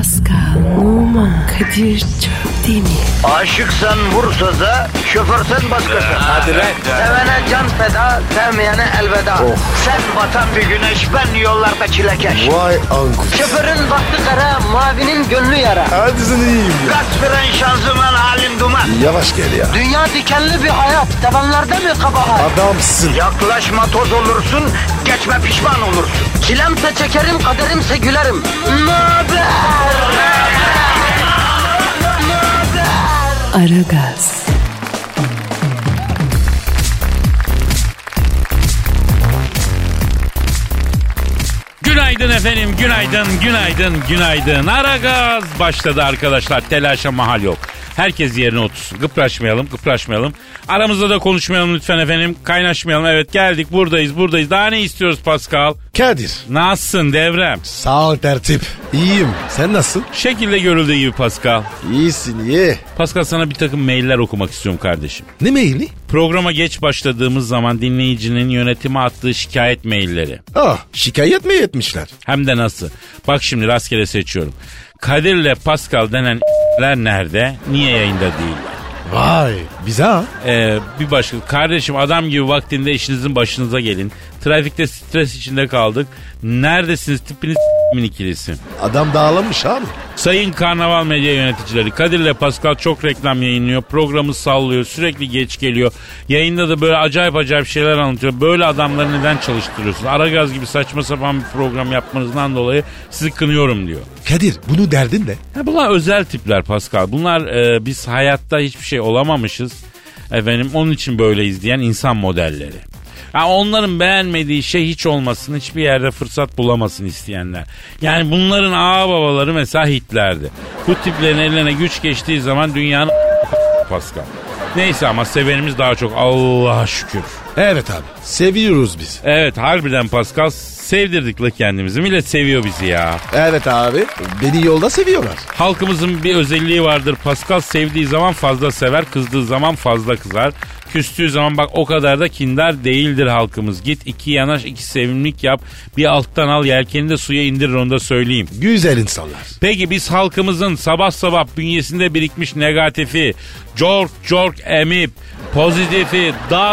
Pascal, Oman, Kadir çok değil mi? Aşıksan vursa da, şoförsen başkasın. Hadi lan. Sevene can feda, sevmeyene elveda. Sen batan bir güneş, ben yollarda çilekeş. Vay anku. Şoförün baktı kara, mavinin gönlü yara. Hadi sen iyiyim ya. Kasperen şanzıman halin duman. Yavaş gel ya. Dünya dikenli bir hayat, sevenlerde mi kabahar? Adamsın. Yaklaşma toz olursun, geçme pişman olursun. Çilemse çekerim, kaderimse gülerim. Möber! Aragaz. Günaydın efendim, günaydın. Aragaz başladı arkadaşlar, telaşa mahal yok. Herkes yerine otursun. Gıpraşmayalım. Aramızda da konuşmayalım lütfen efendim. Kaynaşmayalım. Evet, geldik, buradayız. Daha ne istiyoruz Pascal? Kadir. Nasılsın devrem? Sağ ol tertip. İyiyim. Sen nasılsın? Şekilde görüldüğü gibi Pascal. İyisin iyi. Pascal, sana bir takım mailler okumak istiyorum kardeşim. Ne maili? Programa geç başladığımız zaman dinleyicinin yönetime attığı şikayet mailleri. Şikayet mi etmişler? Hem de nasıl? Bak şimdi rastgele seçiyorum. Kadir'le Pascal denen nerede? Niye yayında değiller? Vay bize ha. Bir başka. Kardeşim, adam gibi vaktinde işinizin başınıza gelin. Trafikte stres içinde kaldık. Neredesiniz tipiniz ikilisi? Adam dağılmış abi. Sayın Karnaval Medya yöneticileri, Kadir'le Pascal çok reklam yayınlıyor. Programı sallıyor. Sürekli geç geliyor. Yayında da böyle acayip şeyler anlatıyor. Böyle adamları neden çalıştırıyorsunuz? Aragaz gibi saçma sapan bir program yapmanızdan dolayı sizi kınıyorum diyor. Kadir, bunu derdin ne? Bunlar özel tipler Pascal. Bunlar biz hayatta hiçbir şey olamamışız. Efendim, onun için böyleyiz diyen insan modelleri. Onların beğenmediği şey hiç olmasın, hiçbir yerde fırsat bulamasın isteyenler. Yani bunların ağababaları mesela Hitler'di. Bu tiplerin eline güç geçtiği zaman dünyanın Pascal. Neyse, ama sevenimiz daha çok, Allah'a şükür. Evet abi, seviyoruz biz. Evet, harbiden Pascal, sevdirdik la kendimizi. Millet seviyor bizi ya. Evet abi, beni yolda seviyorlar. Halkımızın bir özelliği vardır Pascal, sevdiği zaman fazla sever, kızdığı zaman fazla kızar. Küstüğü zaman bak o kadar da kindar değildir halkımız. Git iki yanaş, iki sevimlik yap, bir alttan al, yelkeni de suya indir, onu da söyleyeyim. Güzel insanlar. Peki biz halkımızın sabah bünyesinde birikmiş negatifi cork emip pozitifi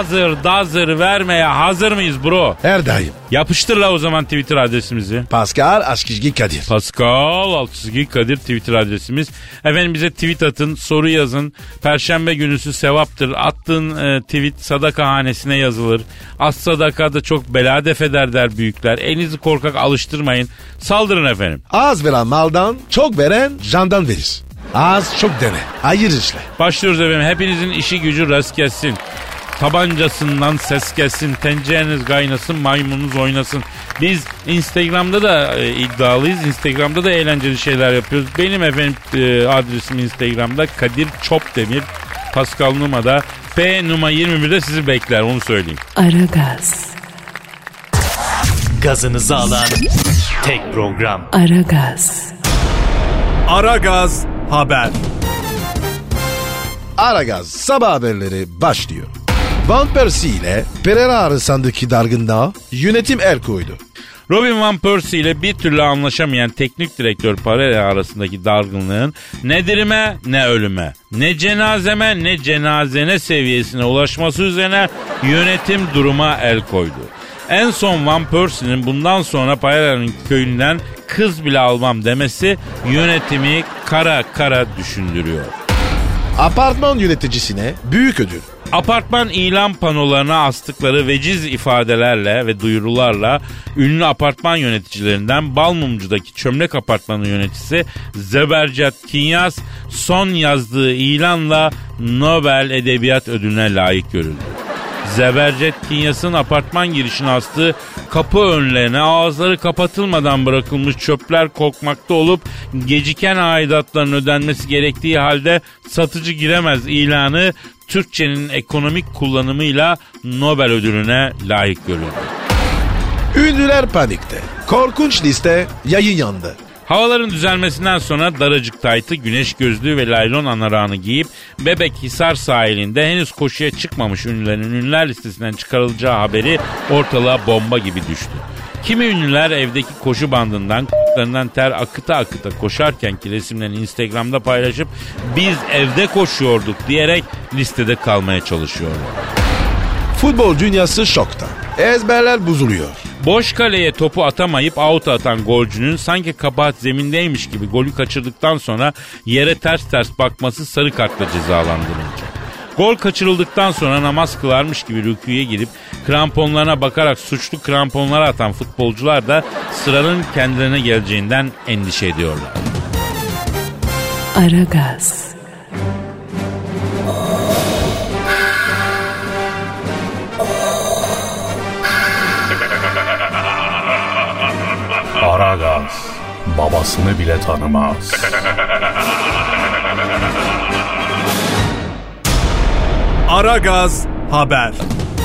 dazır vermeye hazır mıyız bro? Her daim. Yapıştır la o zaman Twitter adresimizi. Pascal Askizgi Kadir. Pascal Askizgi Kadir Twitter adresimiz. Efendim, bize tweet atın, soru yazın. Perşembe günüsü sevaptır. Attığın tweet sadaka hanesine yazılır. Az sadaka da çok bela def eder der büyükler. Elinizi korkak alıştırmayın. Saldırın efendim. Az veren maldan, çok veren candan verir. Az çok dene. Hayır işle. Başlıyoruz efendim. Hepinizin işi gücü rast gelsin. Tabancasından ses gelsin, tencereniz kaynasın, maymununuz oynasın. Biz Instagram'da da iddialıyız. Instagram'da da eğlenceli şeyler yapıyoruz. Benim efendim adresim Instagram'da Kadir Çopdemir. Pascal Numa'da P Numa 21'de sizi bekler, onu söyleyeyim. Aragaz. Gazınızı alan tek program. Aragaz. Aragaz Haber. Aragaz sabah haberleri başlıyor. Van Persie ile Pereira arasındaki dargınlığa yönetim el koydu. Robin Van Persie ile bir türlü anlaşamayan teknik direktör Pereira arasındaki dargınlığın ne dirime ne ölüme, ne cenazeme ne cenazene seviyesine ulaşması üzerine yönetim duruma el koydu. En son Van Persie'nin bundan sonra Pereira'nın köyünden kız bile almam demesi yönetimi kara düşündürüyor. Apartman yöneticisine büyük ödül. Apartman ilan panolarına astıkları veciz ifadelerle ve duyurularla ünlü apartman yöneticilerinden Balmumcu'daki çömlek apartmanı yöneticisi Zebercet Kinyas son yazdığı ilanla Nobel Edebiyat Ödülüne layık görüldü. Zebercet Kinyas'ın apartman girişine astığı kapı önlerine ağızları kapatılmadan bırakılmış çöpler kokmakta olup geciken aidatların ödenmesi gerektiği halde satıcı giremez ilanı Türkçenin ekonomik kullanımıyla Nobel ödülüne layık görüldü. Ünlüler panikte. Korkunç liste yayınlandı. Havaların düzelmesinden sonra daracık taytı, güneş gözlüğü ve laylon anarağını giyip Bebekhisar sahilinde henüz koşuya çıkmamış ünlülerin ünlüler listesinden çıkarılacağı haberi ortalığa bomba gibi düştü. Kimi ünlüler evdeki koşu bandından ayaklarından ter akıta akıta koşarkenki resimlerini Instagram'da paylaşıp biz evde koşuyorduk diyerek listede kalmaya çalışıyorlar. Futbol dünyası şokta. Ezberler bozuluyor. Boş kaleye topu atamayıp out atan golcünün sanki kabahat zemindeymiş gibi golü kaçırdıktan sonra yere ters ters bakması sarı kartla cezalandırılacak. Gol kaçırıldıktan sonra namaz kılarmış gibi rükûya girip kramponlarına bakarak suçlu kramponlara atan futbolcular da sıranın kendilerine geleceğinden endişe ediyorlar. Aragaz. Aragaz babasını bile tanımaz. Aragaz haber.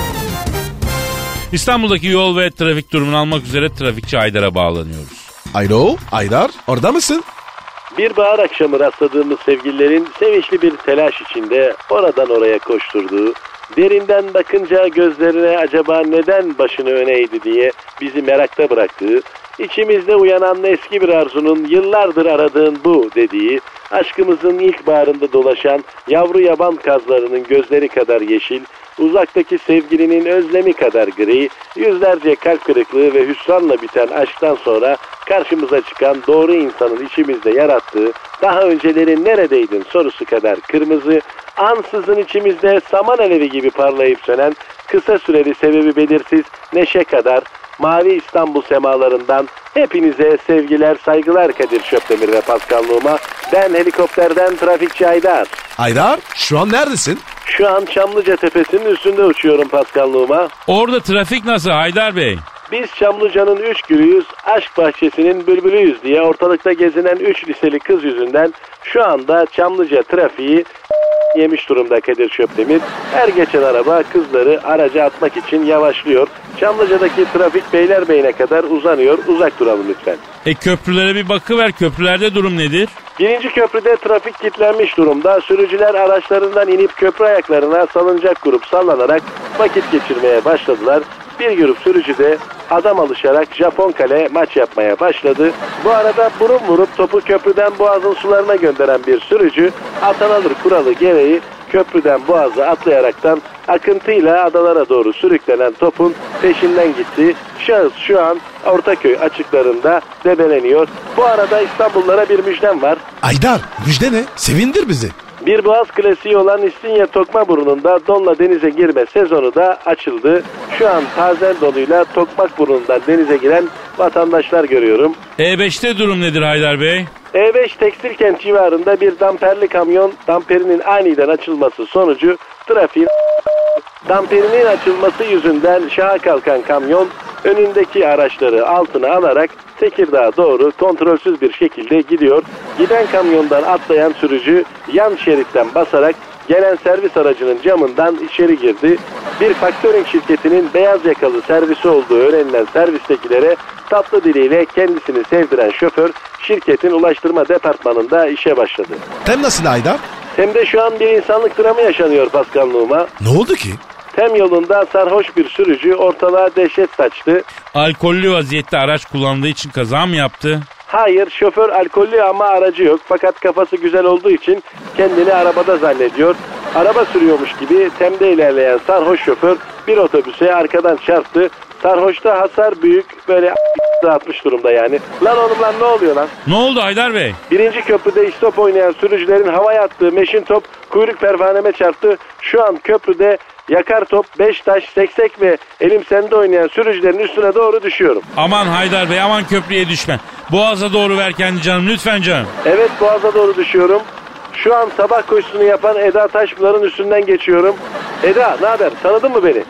İstanbul'daki yol ve trafik durumunu almak üzere trafikçi Aydar'a bağlanıyoruz. Alo, Aydar orada mısın? Bir bahar akşamı rastladığımız sevgililerin sevinçli bir telaş içinde oradan oraya koşturduğu, derinden bakınca gözlerine acaba neden başını öne eğdi diye bizi merakta bıraktığı, içimizde uyanan eski bir arzunun yıllardır aradığın bu dediği, aşkımızın ilkbaharında dolaşan yavru yaban kazlarının gözleri kadar yeşil, uzaktaki sevgilinin özlemi kadar gri, yüzlerce kalp kırıklığı ve hüsranla biten aşktan sonra karşımıza çıkan doğru insanın içimizde yarattığı, daha önceleri neredeydin sorusu kadar kırmızı, ansızın içimizde saman alevi gibi parlayıp sönen, kısa süreli sebebi belirsiz neşe kadar, mavi İstanbul semalarından hepinize sevgiler, saygılar Kadir Şöpdemir ve Pascal Numa. Ben helikopterden trafikçi Aydar. Aydar şu an neredesin? Şu an Çamlıca Tepesi'nin üstünde uçuyorum Pascal Numa. Orada trafik nasıl Haydar Bey? Biz Çamlıca'nın 3 gülüyüz, aşk bahçesinin bülbülüyüz diye ortalıkta gezinen 3 liseli kız yüzünden şu anda Çamlıca trafiği yemiş durumda Kadir Şöpdemir. Her geçen araba kızları araca atmak için yavaşlıyor. Çamlıca'daki trafik Beylerbeyi'ne kadar uzanıyor. Uzak duralım lütfen. Köprülere bir bakıver, köprülerde durum nedir? Birinci köprüde trafik kilitlenmiş durumda. Sürücüler araçlarından inip köprü ayaklarına salıncak kurup sallanarak vakit geçirmeye başladılar. Bir grup sürücü de adam alışarak Japon kale maç yapmaya başladı. Bu arada burun vurup topu köprüden boğazın sularına gönderen bir sürücü atanalır kuralı gereği köprüden boğazı atlayaraktan akıntıyla adalara doğru sürüklenen topun peşinden gitti. Şahıs şu an Ortaköy açıklarında debeleniyor. Bu arada İstanbullulara bir müjdem var. Aydar müjde ne? Sevindir bizi. Bir boğaz klasiği olan İstinye Tokmakburnu'nda donla denize girme sezonu da açıldı. Şu an tazel donuyla Tokmakburnu'ndan denize giren vatandaşlar görüyorum. E5'te durum nedir Haydar Bey? E5 Tekstilkent civarında bir damperli kamyon damperinin aniden açılması sonucu trafiğin damperinin açılması yüzünden şaha kalkan kamyon önündeki araçları altına alarak Tekirdağ'a doğru kontrolsüz bir şekilde gidiyor. Giden kamyondan atlayan sürücü yan şeritten basarak gelen servis aracının camından içeri girdi. Bir faktörink şirketinin beyaz yakalı servisi olduğu öğrenilen servistekilere tatlı diliyle kendisini sevdiren şoför şirketin ulaştırma departmanında işe başladı. Tem nasıl Aydar? Tem'de şu an bir insanlık dramı yaşanıyor Pascal Numa. Ne oldu ki? Tem yolunda sarhoş bir sürücü ortalığa dehşet saçtı. Alkollü vaziyette araç kullandığı için kaza mı yaptı? Hayır, şoför alkollü ama aracı yok. Fakat kafası güzel olduğu için kendini arabada zannediyor. Araba sürüyormuş gibi Tem'de ilerleyen sarhoş şoför bir otobüse arkadan çarptı. Sarhoşta hasar büyük, böyle dağıtmış durumda yani. Lan oğlum lan ne oluyor lan? Ne oldu Haydar Bey? Birinci köprüde istop oynayan sürücülerin havaya attığı meşin top kuyruk pervaneme çarptı. Şu an köprüde yakar top, beş taş, seksek ve elim sende oynayan sürücülerin üstüne doğru düşüyorum. Aman Haydar Bey, aman köprüye düşme. Boğaza doğru ver kendi canım, lütfen canım. Evet, boğaza doğru düşüyorum. Şu an sabah koşusunu yapan Eda Taşpınar'ın üstünden geçiyorum. Eda, ne haber? Tanıdın mı beni?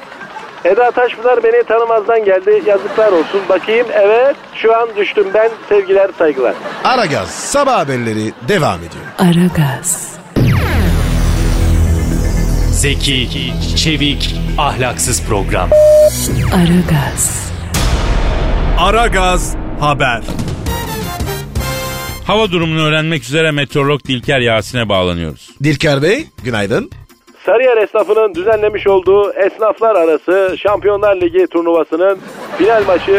Eda Taşpınar beni tanımazdan geldi. Yazıklar olsun. Bakayım, evet. Şu an düştüm ben. Sevgiler, saygılar. Aragaz sabah haberleri devam ediyor. Aragaz. Zeki, çevik, ahlaksız program. Aragaz. Aragaz haber. Hava durumunu öğrenmek üzere meteorolog Dilker Yasin'e bağlanıyoruz. Dilker Bey günaydın. Sarıyer esnafının düzenlemiş olduğu esnaflar arası Şampiyonlar Ligi turnuvasının final maçı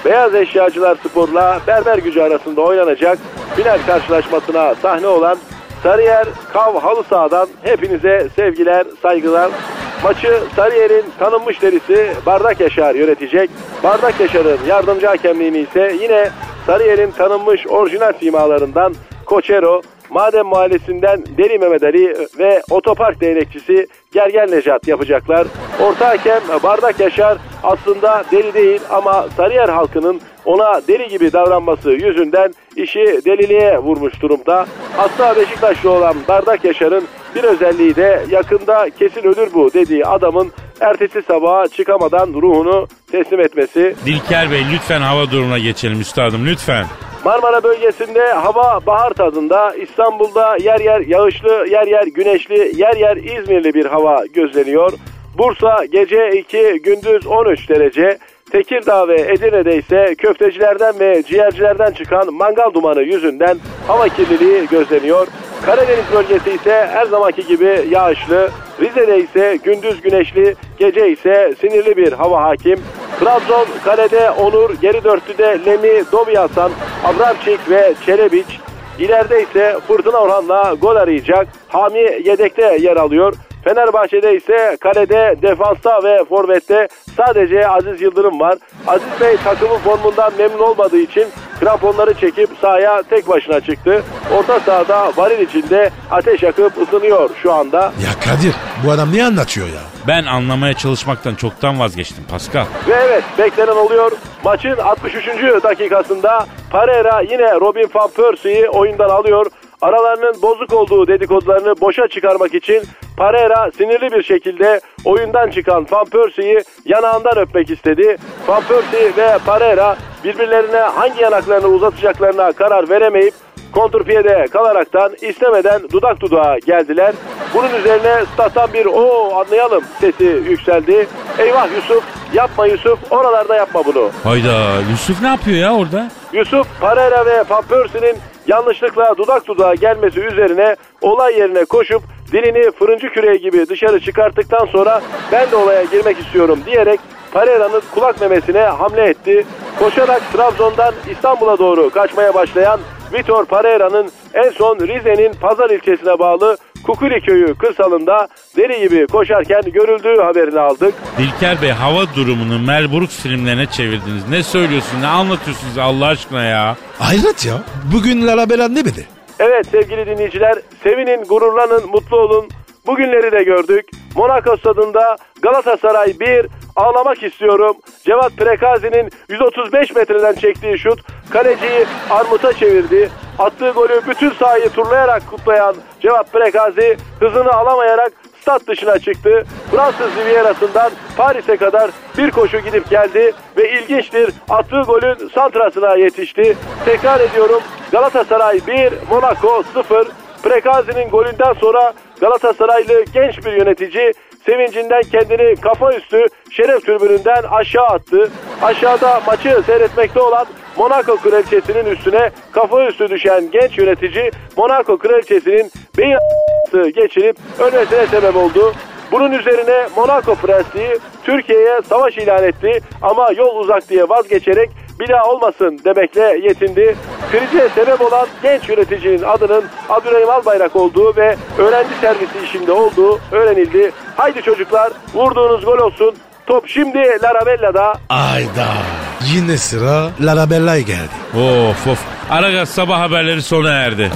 Beyaz Eşyacılar Spor'la Berbergücü arasında oynanacak final karşılaşmasına sahne olan Sarıyer Kav Halı Saha'dan hepinize sevgiler, saygılar. Maçı Sarıyer'in tanınmış derisi Bardak Yaşar yönetecek. Bardak Yaşar'ın yardımcı hakemliğini ise yine Sarıyer'in tanınmış orijinal simalarından Koçero, Madem Mahallesi'nden Deli Mehmet Ali ve otopark değnekçisi Gergel Necat yapacaklar. Orta hakem Bardak Yaşar aslında deli değil ama Sarıyer halkının ona deli gibi davranması yüzünden işi deliliğe vurmuş durumda. Hatta Beşiktaşlı olan Bardak Yaşar'ın bir özelliği de yakında kesin ölür bu dediği adamın ertesi sabaha çıkamadan ruhunu teslim etmesi. Dilker Bey lütfen hava durumuna geçelim üstadım lütfen. Marmara bölgesinde hava bahar tadında, İstanbul'da yer yer yağışlı, yer yer güneşli, yer yer İzmirli bir hava gözleniyor. Bursa gece 2, gündüz 13 derece. Tekirdağ ve Edirne'de ise köftecilerden ve ciğercilerden çıkan mangal dumanı yüzünden hava kirliliği gözleniyor. Karadeniz bölgesi ise her zamanki gibi yağışlı. Rize'de ise gündüz güneşli, gece ise sinirli bir hava hakim. Trabzon kalede Onur, geri dörtlüde Lemi, Domi Hasan, Abramçik ve Çelebiç. İleride ise Fırtına Orhan'la gol arayacak Hami yedekte yer alıyor. Fenerbahçe'de ise kalede, defansta ve forvette sadece Aziz Yıldırım var. Aziz Bey takımın formundan memnun olmadığı için kramponları çekip sahaya tek başına çıktı. Orta sahada varil içinde ateş yakıp ısınıyor şu anda. Ya Kadir bu adam ne anlatıyor ya? Ben anlamaya çalışmaktan çoktan vazgeçtim Pascal. Ve evet beklenen oluyor. Maçın 63. dakikasında Pereira yine Robin van Persie'yi oyundan alıyor. Aralarının bozuk olduğu dedikodularını boşa çıkarmak için Pereira sinirli bir şekilde oyundan çıkan Van Persie'yi yanağından öpmek istedi. Van Persie ve Pereira birbirlerine hangi yanaklarını uzatacaklarına karar veremeyip kontrpiyede kalaraktan istemeden dudak dudağa geldiler. Bunun üzerine stat'tan bir anlayalım sesi yükseldi. Eyvah Yusuf, yapma Yusuf, oralarda yapma bunu. Hayda Yusuf ne yapıyor ya orada? Yusuf, Pereira ve Van Persie'nin yanlışlıkla dudak dudağa gelmesi üzerine olay yerine koşup dilini fırıncı küreği gibi dışarı çıkarttıktan sonra ben de olaya girmek istiyorum diyerek Pereira'nın kulak memesine hamle etti. Koşarak Trabzon'dan İstanbul'a doğru kaçmaya başlayan Vitor Pereira'nın en son Rize'nin Pazar ilçesine bağlı Kukuli köyü kırsalında deli gibi koşarken görüldüğü haberini aldık. Dilker Bey hava durumunu Mel Brooks filmlerine çevirdiniz. Ne söylüyorsunuz, ne anlatıyorsunuz Allah aşkına ya? Hayret ya. Bugün Larabela ne dedi? Evet sevgili dinleyiciler, sevinin, gururlanın, mutlu olun. Bugünleri de gördük. Monaco stadında Galatasaray 1, ağlamak istiyorum. Cevat Prekazi'nin 135 metreden çektiği şut kaleciyi armuta çevirdi. Attığı golü bütün sahayı turlayarak kutlayan Cevat Prekazi hızını alamayarak stat dışına çıktı. Fransız Riviera'sından Paris'e kadar bir koşu gidip geldi ve ilginçtir, attığı golün santrasına yetişti. Tekrar ediyorum, Galatasaray 1, Monaco 0. Prekazi'nin golünden sonra Galatasaraylı genç bir yönetici sevincinden kendini kafa üstü şeref tribününden aşağı attı. Aşağıda maçı seyretmekte olan Monaco kraliçesinin üstüne kafa üstü düşen genç yönetici Monaco kraliçesinin beyin geçirip ölmesine sebep oldu. Bunun üzerine Monaco prensliği Türkiye'ye savaş ilan etti ama yol uzak diye vazgeçerek bir daha olmasın demekle yetindi. Krize sebep olan genç yöneticinin adının Abdurrahim Albayrak olduğu ve öğrenci servisi işinde olduğu öğrenildi. Haydi çocuklar, vurduğunuz gol olsun. Top şimdi Larabella'da. Ayda. Yine sıra Larabella'ya geldi. Of. Aragaz sabah haberleri sona erdi.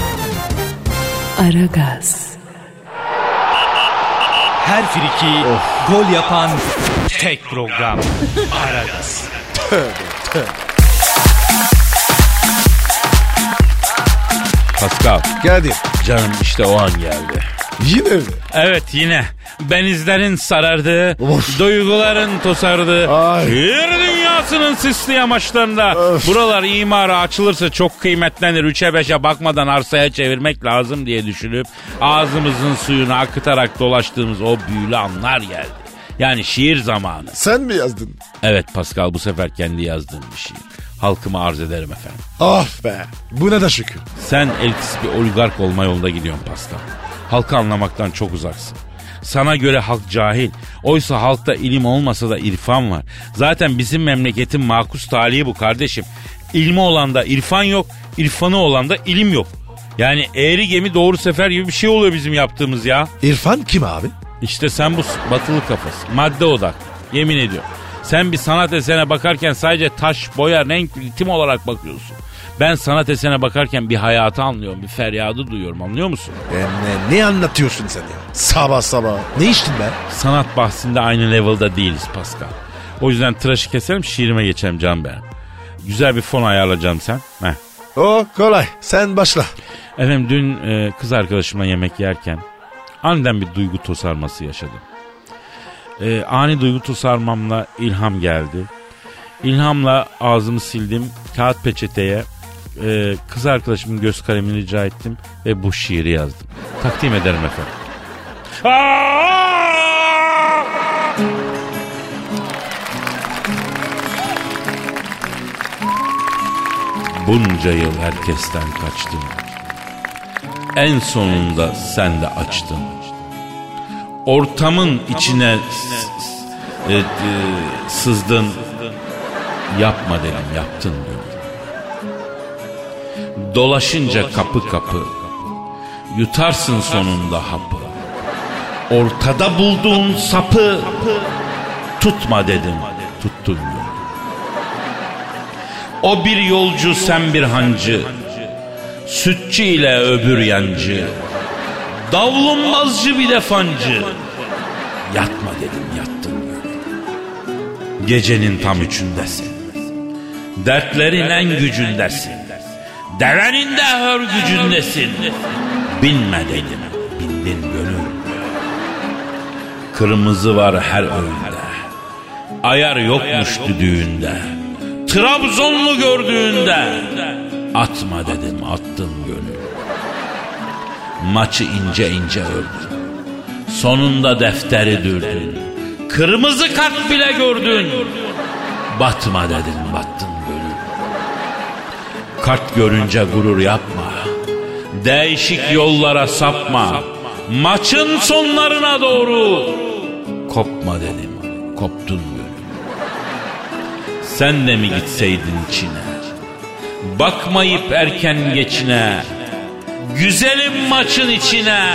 Aragaz. Her friki gol yapan tek program. Aragaz. Pascal. Geldi. Canım işte o an geldi. Yine mi? Evet yine. Benizlerin sarardığı, Of. duyguların tosardığı, Ay. bir dünyasının sisli yamaçlarında buralar imara açılırsa çok kıymetlenir. 3'e 5'e bakmadan arsaya çevirmek lazım diye düşünüp ağzımızın suyunu akıtarak dolaştığımız o büyülü anlar geldi. Yani şiir zamanı. Sen mi yazdın? Evet Pascal, bu sefer kendi yazdığım bir şiir. Halkıma arz ederim efendim. Ah be. Buna da şükür. Sen elitist bir oligark olma yolunda gidiyorsun Pascal. Halkı anlamaktan çok uzaksın. Sana göre halk cahil. Oysa halkta ilim olmasa da irfan var. Zaten bizim memleketin makus talihi bu kardeşim. İlmi olanda irfan yok, irfanı olanda ilim yok. Yani eğri gemi doğru sefer gibi bir şey oluyor bizim yaptığımız ya. İrfan kim abi? İşte sen bu batılı kafası, madde odak. Yemin ediyorum. Sen bir sanat eserine bakarken sadece taş, boya, renk, ritim olarak bakıyorsun. Ben sanat eserine bakarken bir hayatı anlıyorum, bir feryadı duyuyorum, anlıyor musun? Ne anlatıyorsun sen ya? Sabah sabah. Ne içtin be? Sanat bahsinde aynı level'da değiliz Pascal. O yüzden tıraşı keselim, şiirime geçelim canım benim. Güzel bir fon ayarlayacağım sen. Heh. O kolay. Sen başla. Efendim dün kız arkadaşımla yemek yerken aniden bir duygu tosarması yaşadım. Ani duygu tosarmamla ilham geldi. İlhamla ağzımı sildim. Kağıt peçeteye kız arkadaşımın göz kalemini rica ettim ve bu şiiri yazdım. Takdim ederim efendim. Bunca yıl herkesten kaçtım. En sonunda sen de açtın. Ortamın içine sızdın. Yapma dedim, yaptın diyor. Dolaşınca kapı kapı, yutarsın sonunda hapı. Ortada bulduğun sapı, tutma dedim, tuttun diyor. O bir yolcu, sen bir hancı, sütçü ile öbür yancı, davlumbazcı bir defancı. Yatma dedim, yattın diyor. Gecenin tam üçündesin. Dertlerin en gücündesin. Devenin de hör gücündesin. Binme dedim, bindin gönül. Kırmızı var her öğünde. Ayar yokmuş düdüğünde. Trabzonlu gördüğünde. Atma dedim, attın gönül. Maçı ince ince ördün. Sonunda defteri dürdün. Kırmızı kart bile gördün. Batma dedim, battın gönül. Kart görünce gurur yapma. Değişik yollara sapma. Maçın sonlarına doğru kopma dedim, koptun gönül. Sen de mi gitseydin içine? Bakmayıp erken geçine. Güzelim maçın içine.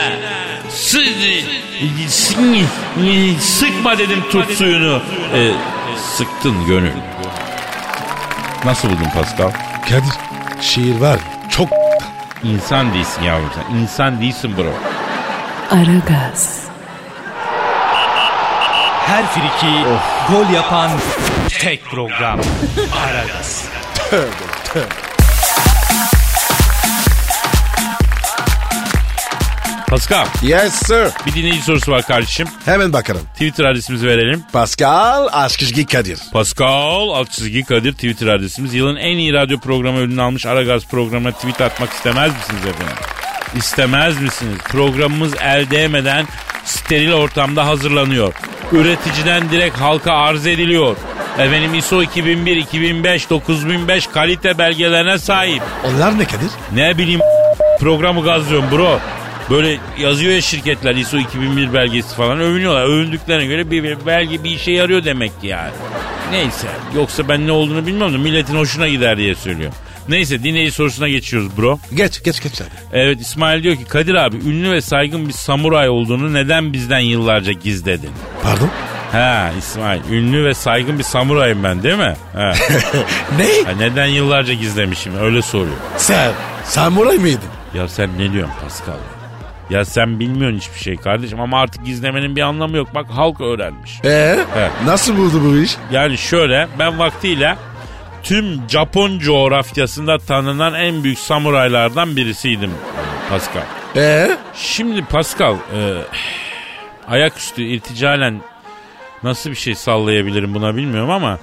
Sıkma dedim tut suyunu. Sıktın gönül. Nasıl buldun Pascal? Kadir, şiir var çok... İnsan değilsin yavrum sen. İnsan değilsin bro. Aragaz. Her friki gol yapan tek program. Aragaz. Pascal, Yes sir. bir dinleyici sorusu var kardeşim. Hemen bakalım. Twitter adresimizi verelim. Pascal Aşkışgi Kadir. Pascal _Kadir Twitter adresimiz. Yılın en iyi radyo programı ödülünü almış Aragaz programına tweet atmak istemez misiniz efendim? İstemez misiniz? Programımız el değmeden steril ortamda hazırlanıyor. Üreticiden direkt halka arz ediliyor. Efendim ISO 2001, 2005, 9005 kalite belgelerine sahip. Onlar ne Kadir? Ne bileyim programı gazlıyorum bro. Böyle yazıyor ya şirketler ISO 2001 belgesi falan, övünüyorlar. Övündüklerine göre bir belge bir işe yarıyor demek ki yani. Neyse, yoksa ben ne olduğunu bilmiyorum da milletin hoşuna gider diye söylüyorum. Neyse, dinleyici sorusuna geçiyoruz bro. Geç abi. Evet, İsmail diyor ki Kadir abi, ünlü ve saygın bir samuray olduğunu neden bizden yıllarca gizledin? Pardon? Ha İsmail, ünlü ve saygın bir samurayım ben değil mi? Ha. Ne? Ha, neden yıllarca gizlemişim, öyle soruyor. Sen samuray mıydın? Ya sen ne diyorsun Pascal? Ya sen bilmiyorsun hiçbir şey kardeşim, ama artık gizlemenin bir anlamı yok. Bak, halk öğrenmiş. Nasıl buldu bu iş? Yani şöyle, ben vaktiyle tüm Japon coğrafyasında tanınan en büyük samuraylardan birisiydim Pascal. Şimdi Pascal, ayaküstü irticalen nasıl bir şey sallayabilirim buna bilmiyorum ama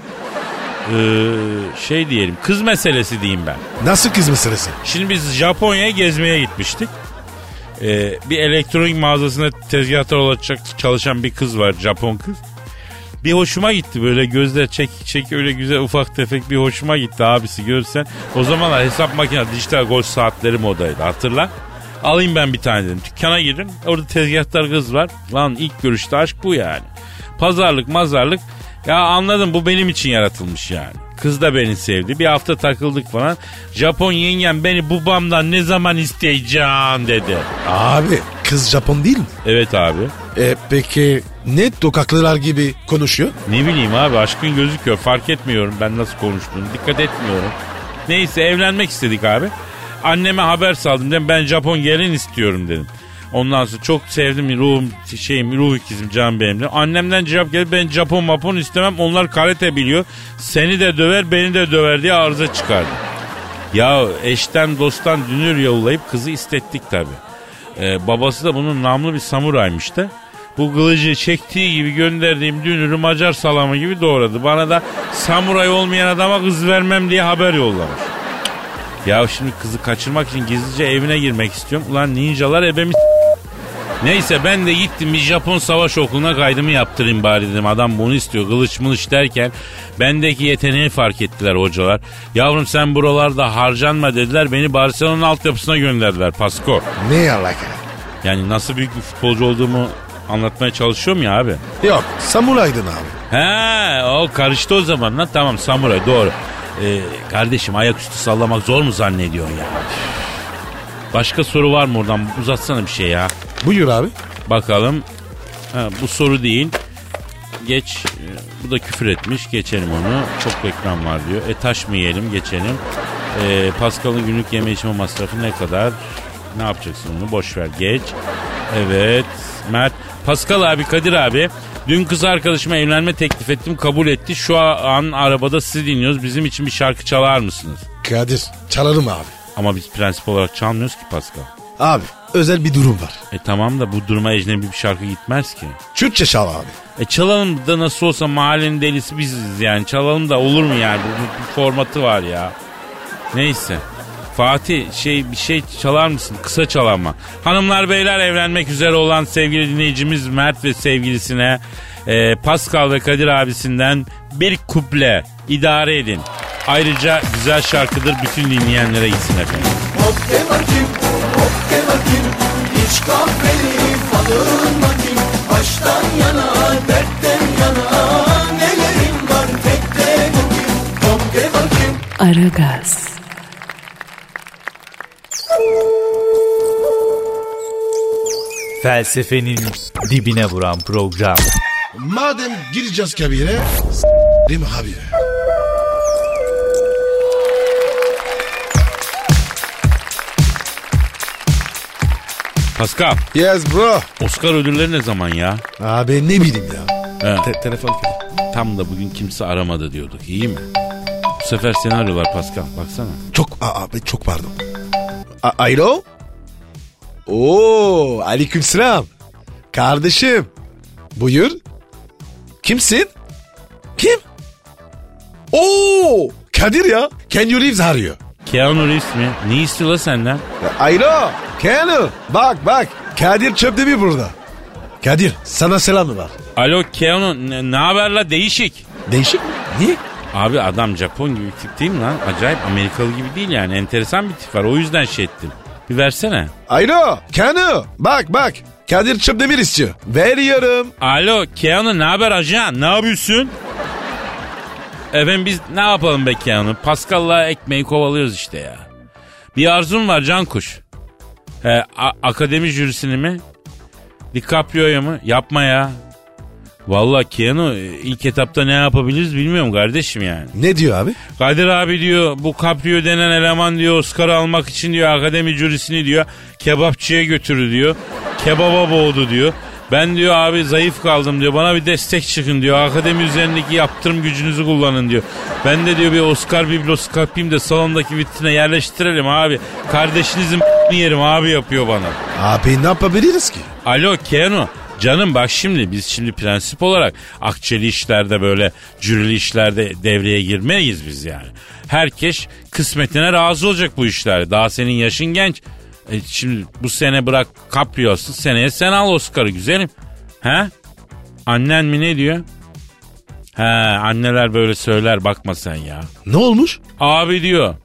şey diyelim, kız meselesi diyeyim ben. Nasıl kız meselesi? Şimdi biz Japonya'ya gezmeye gitmiştik. Bir elektronik mağazasında tezgahtar olarak çalışan bir kız var, Japon kız. Bir hoşuma gitti, böyle gözler çek öyle güzel ufak tefek bir hoşuma gitti abisi, görsen. O zamanlar hesap makine, dijital gol saatleri modaydı, hatırla. Alayım ben bir tane dedim. Dükkana girin. Orada tezgahtar kız var. Lan ilk görüşte aşk bu yani. Pazarlık mazarlık. Ya anladım, bu benim için yaratılmış yani. Kız da beni sevdi. Bir hafta takıldık falan. Japon yengem beni babamdan ne zaman isteyeceksin dedi. Abi kız Japon değil mi? Evet abi. Peki ne tokaklılar gibi konuşuyor? Ne bileyim abi, aşkın gözüküyor. Fark etmiyorum ben nasıl konuştuğunu. Dikkat etmiyorum. Neyse evlenmek istedik abi. Anneme haber saldım dedim, ben Japon gelin istiyorum dedim. Ondan sonra çok sevdim, ruh ikizim canım benim de. Annemden cevap geldi, ben Japon istemem, onlar karate biliyor. Seni de döver beni de döver diye arıza çıkardı. Ya eşten dosttan dünür yollayıp kızı istettik tabi. Babası da bunun namlı bir samuraymış da. Bu kılıcı çektiği gibi gönderdiğim dünürü Macar salamı gibi doğradı. Bana da samuray olmayan adama kız vermem diye haber yollamış. Ya şimdi kızı kaçırmak için gizlice evine girmek istiyorum. Ulan ninjalar ebemi. Neyse ben de gittim bir Japon savaş okuluna kaydımı yaptırayım bari dedim. Adam bunu istiyor, kılıç mılıç derken bendeki yeteneği fark ettiler hocalar. Yavrum sen buralarda harcanma dediler, beni Barcelona'nın altyapısına gönderdiler Pasko. Ne alaka? Yani nasıl büyük bir futbolcu olduğumu anlatmaya çalışıyorum ya abi. Yok samuraydın abi. He o karıştı o zaman lan, tamam samuray doğru. Kardeşim ayaküstü sallamak zor mu zannediyorsun ya? Başka soru var mı oradan? Uzatsana bir şey ya. Buyur abi. Bakalım. Bu soru değil. Geç. Bu da küfür etmiş. Geçelim onu. Çok reklam var diyor. Taş mı yiyelim? Geçelim. Pascal'ın günlük yeme içme masrafı ne kadar? Ne yapacaksın onu? Boş ver. Geç. Evet. Mert. Pascal abi, Kadir abi. Dün kız arkadaşıma evlenme teklif ettim. Kabul etti. Şu an arabada sizi dinliyoruz. Bizim için bir şarkı çalar mısınız? Kadir çalarım abi. Ama biz prensip olarak çalmıyoruz ki Pascal. Abi özel bir durum var. Tamam da bu duruma ecnebi bir şarkı gitmez ki. Türkçe çal abi. Çalalım da nasıl olsa mahallenin delisi biziz yani. Çalalım da olur mu yani? Bir formatı var ya. Neyse. Fatih bir şey çalar mısın? Kısa çal ama. Hanımlar beyler, evlenmek üzere olan sevgili dinleyicimiz Mert ve sevgilisine Pascal ve Kadir abisinden bir kuple idare edin. Ayrıca güzel şarkıdır, bütün dinleyenlere gitsin efendim. Hop de bakayım, hop de bakayım, iç kahveni falın bakayım. Baştan yana, dertten yana, nelerim var tek de bugün. Hop de bakayım. Aragaz. Felsefenin dibine vuran program. Madem gireceğiz kabire, değil mi abi? Pascal, Yes bro. Oscar ödülleri ne zaman ya? Abi ne bileyim ya. Telefon Tam da bugün kimse aramadı diyorduk, iyi mi? Bu sefer seni arıyorlar Pascal, baksana. Abi çok pardon. Alo? Oo, aleykümselam. Kardeşim. Buyur. Kimsin? Kim? Oo, Kadir ya. Can you Reeves arıyor. Keanu Reeves mi? Ne istiyor la senden? Alo, Keanu. Bak. Kadir Çöpdemir burada. Kadir, sana selamı var. Alo Keanu, ne haber la değişik? Değişik mi? Niye? Abi adam Japon gibi bir tip değil mi lan? Acayip Amerikalı gibi değil yani. Enteresan bir tip var, o yüzden ettim. Bir versene. Alo, Keanu. Bak. Kadir Çöpdemir istiyor. Veriyorum. Alo Keanu, ne haber ajan? Ne yapıyorsun? Efendim biz ne yapalım be Keanu? Pascal'la ekmeği kovalıyoruz işte ya. Bir arzum var Cankuş. Akademi jürisini mi? DiCaprio'ya mı? Yapma ya. Vallahi Keanu ilk etapta ne yapabiliriz bilmiyorum kardeşim yani. Ne diyor abi? Kadir abi diyor, bu Caprio denen eleman diyor Oscar almak için diyor akademi jürisini diyor kebapçıya götürü diyor. Kebaba boğdu diyor. Ben diyor abi zayıf kaldım diyor. Bana bir destek çıkın diyor. Akademi üzerindeki yaptırım gücünüzü kullanın diyor. Ben de diyor bir Oscar biblosu kapayım da salondaki vitrine yerleştirelim abi. Kardeşinizin yerim abi yapıyor bana. Abi ne yapabiliriz ki? Alo Keanu. Canım bak şimdi biz prensip olarak akçeli işlerde böyle jürili işlerde devreye girmeyiz biz yani. Herkes kısmetine razı olacak bu işlerde. Daha senin yaşın genç. Şimdi bu sene bırak Caprio'su, seneye sen al Oscar'ı güzelim. He? Annen mi ne diyor? He, anneler böyle söyler, bakma sen ya. Ne olmuş? Abi diyor,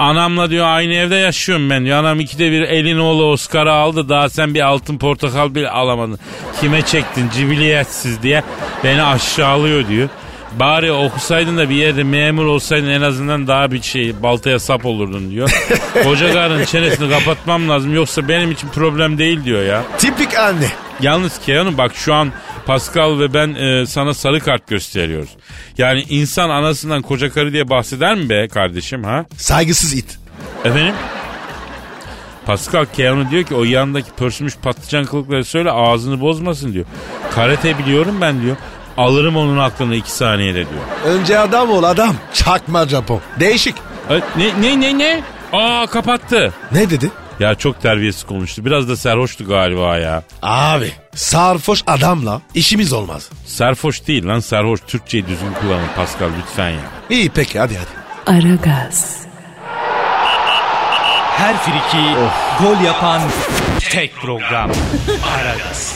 Anamla diyor aynı evde yaşıyorum ben diyor. Anam 2'de 1 elin oğlu Oscar'ı aldı. Daha sen bir altın portakal bile alamadın. Kime çektin cibiliyetsiz diye beni aşağılıyor diyor. Bari okusaydın da bir yerde memur olsaydın en azından daha bir şey baltaya sap olurdun diyor. Koca karının çenesini kapatmam lazım yoksa benim için problem değil diyor ya. Tipik anne. Yalnız Keanu bak şu an Pascal ve ben sana sarı kart gösteriyoruz. Yani insan anasından koca karı diye bahseder mi be kardeşim ha? Saygısız it. Efendim? Pascal Keanu diyor ki o yanındaki pörsümüş patlıcan kılıkları söyle ağzını bozmasın diyor. Karate biliyorum ben diyor. Alırım onun aklını 2 saniyede diyor. Önce adam ol adam. Çakma Japon. Değişik. Ne? Aa kapattı. Ne dedi? Ya çok terbiyesiz konuştu. Biraz da sarhoştu galiba ya. Abi sarhoş adamla işimiz olmaz. Sarhoş değil lan sarhoş. Türkçeyi düzgün kullanın Pascal lütfen ya. İyi peki hadi. Aragaz, Her friki gol yapan tek program. Aragaz.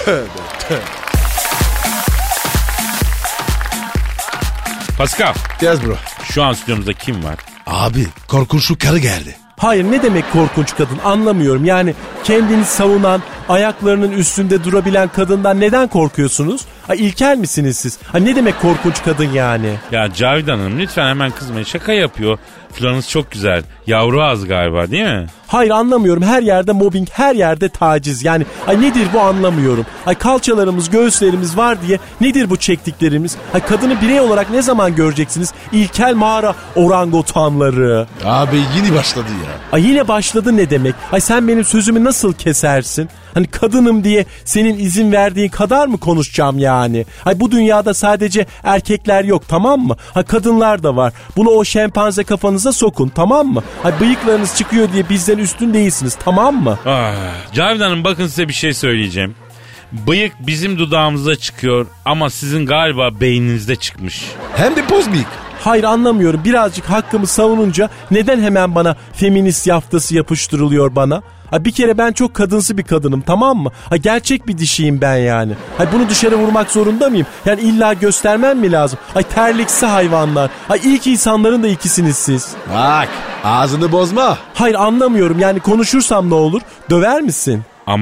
Pascal Yes bro. şu an stüdyomuzda kim var? Abi korkunçlu karı geldi. Hayır, ne demek korkunç kadın anlamıyorum. Yani kendini savunan, ayaklarının üstünde durabilen kadından neden korkuyorsunuz? İlkel misiniz siz? Ne demek korkunç kadın yani? Ya Cavidan Hanım lütfen hemen kızmayın, şaka yapıyor. Flanız çok güzel. Yavru ağız galiba değil mi? Hayır, anlamıyorum. Her yerde mobbing, her yerde taciz. Yani nedir bu anlamıyorum. Kalçalarımız, göğüslerimiz var diye nedir bu çektiklerimiz? Kadını birey olarak ne zaman göreceksiniz? İlkel mağara orangutanları. Abi yeni başladı ya. Yine başladı ne demek? Sen benim sözümü nasıl kesersin? Hani kadınım diye senin izin verdiğin kadar mı konuşacağım yani? Bu dünyada sadece erkekler yok, tamam mı? Kadınlar da var. Bunu o şempanze kafanıza sokun, tamam mı? Bıyıklarınız çıkıyor diye bizden üstün değilsiniz, tamam mı? Cavidan Hanım bakın size bir şey söyleyeceğim. Bıyık bizim dudağımıza çıkıyor ama sizin galiba beyninizde çıkmış. Hem de poz bıyık. Hayır, anlamıyorum. Birazcık hakkımı savununca neden hemen bana feminist yaftası yapıştırılıyor bana? Bir kere ben çok kadınsı bir kadınım, tamam mı? Gerçek bir dişiyim ben yani. Bunu dışarı vurmak zorunda mıyım? Yani illa göstermem mi lazım? Terliksi hayvanlar. İlk insanların da ikisiniz siz. Bak ağzını bozma. Hayır, anlamıyorum. Yani konuşursam ne olur? Döver misin?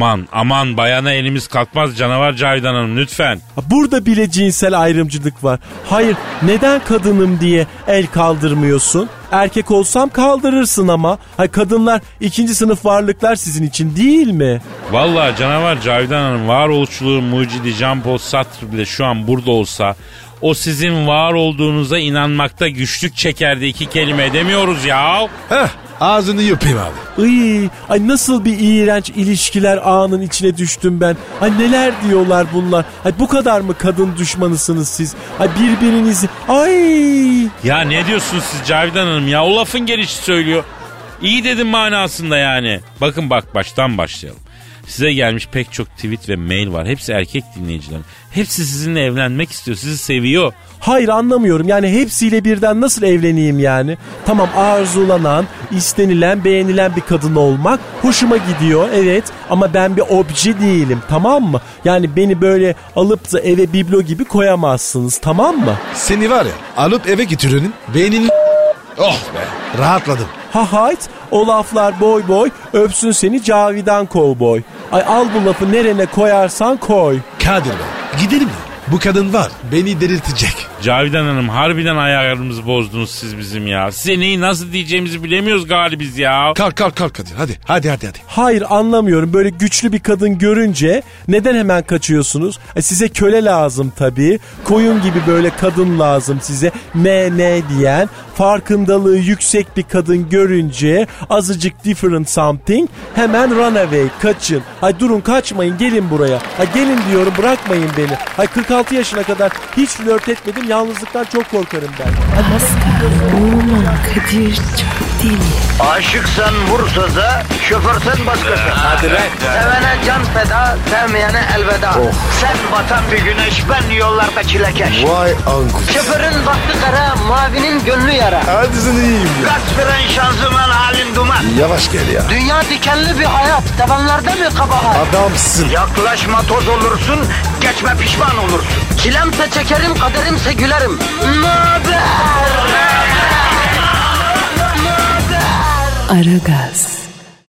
Aman bayana elimiz kalkmaz canavar Cavidan Hanım lütfen. Burada bile cinsel ayrımcılık var. Hayır, neden kadınım diye el kaldırmıyorsun? Erkek olsam kaldırırsın ama. Kadınlar 2. sınıf varlıklar sizin için değil mi? Vallahi canavar Cavidan Hanım varoluşçuluğun mucidi Jean-Paul Sartre bile şu an burada olsa o sizin var olduğunuza inanmakta güçlük çekerdi, 2 kelime edemiyoruz ya. Ağzını yıpayım abi. Nasıl bir iğrenç ilişkiler ağının içine düştüm ben. Neler diyorlar bunlar. Bu kadar mı kadın düşmanısınız siz? Birbirinizi... Ya ne diyorsunuz siz Cavidan Hanım ya? O lafın gelişi söylüyor. İyi dedim manasında yani. Bakın baştan başlayalım. Size gelmiş pek çok tweet ve mail var. Hepsi erkek dinleyiciler. Hepsi sizinle evlenmek istiyor. Sizi seviyor. Hayır, anlamıyorum. Yani hepsiyle birden nasıl evleneyim yani? Tamam, arzulanan, istenilen, beğenilen bir kadın olmak hoşuma gidiyor. Evet, ama ben bir obje değilim, tamam mı? Yani beni böyle alıp da eve biblo gibi koyamazsınız, tamam mı? Seni var ya alıp eve getirenin beynin... Oh be rahatladım. Hayt, o laflar boy boy, öpsün seni Cavidan kovboy. Al bu lafı nerene koyarsan koy. Kadir be gidelim ya. Bu kadın var beni delirtecek. Cavidan Hanım harbiden ayarlarımızı bozdunuz siz bizim ya. Size neyi nasıl diyeceğimizi bilemiyoruz galibiz ya. Kalk Kadir hadi. Hayır, anlamıyorum. Böyle güçlü bir kadın görünce neden hemen kaçıyorsunuz? Size köle lazım tabii. Koyun gibi böyle kadın lazım size. Ne diyen, farkındalığı yüksek bir kadın görünce azıcık different something hemen run away, kaçın. Durun, kaçmayın, gelin buraya. Gelin diyorum, bırakmayın beni. 46 yaşına kadar hiç flört etmedim. Yalnızlıktan çok korkarım ben. Pascal, Oman, Kadir çok değil mi? Aşıksan vursa da, şoförsen başkasın. Hadi lan. Sevene can feda, sevmeyene elveda. Sen batan bir güneş, ben yollarda çilekeş. Vay anku. Şoförün baktı kara, mavinin gönlü yara. Hadi sen iyiyim ya. Kasperen şanzıman halin duman. Yavaş gel ya. Dünya dikenli bir hayat, sevenlerde mi kabahar? Adamsın. Yaklaşma toz olursun, geçme pişman olursun. Çilemse çekerim, kaderimse gülerim. Möber! Aragaz.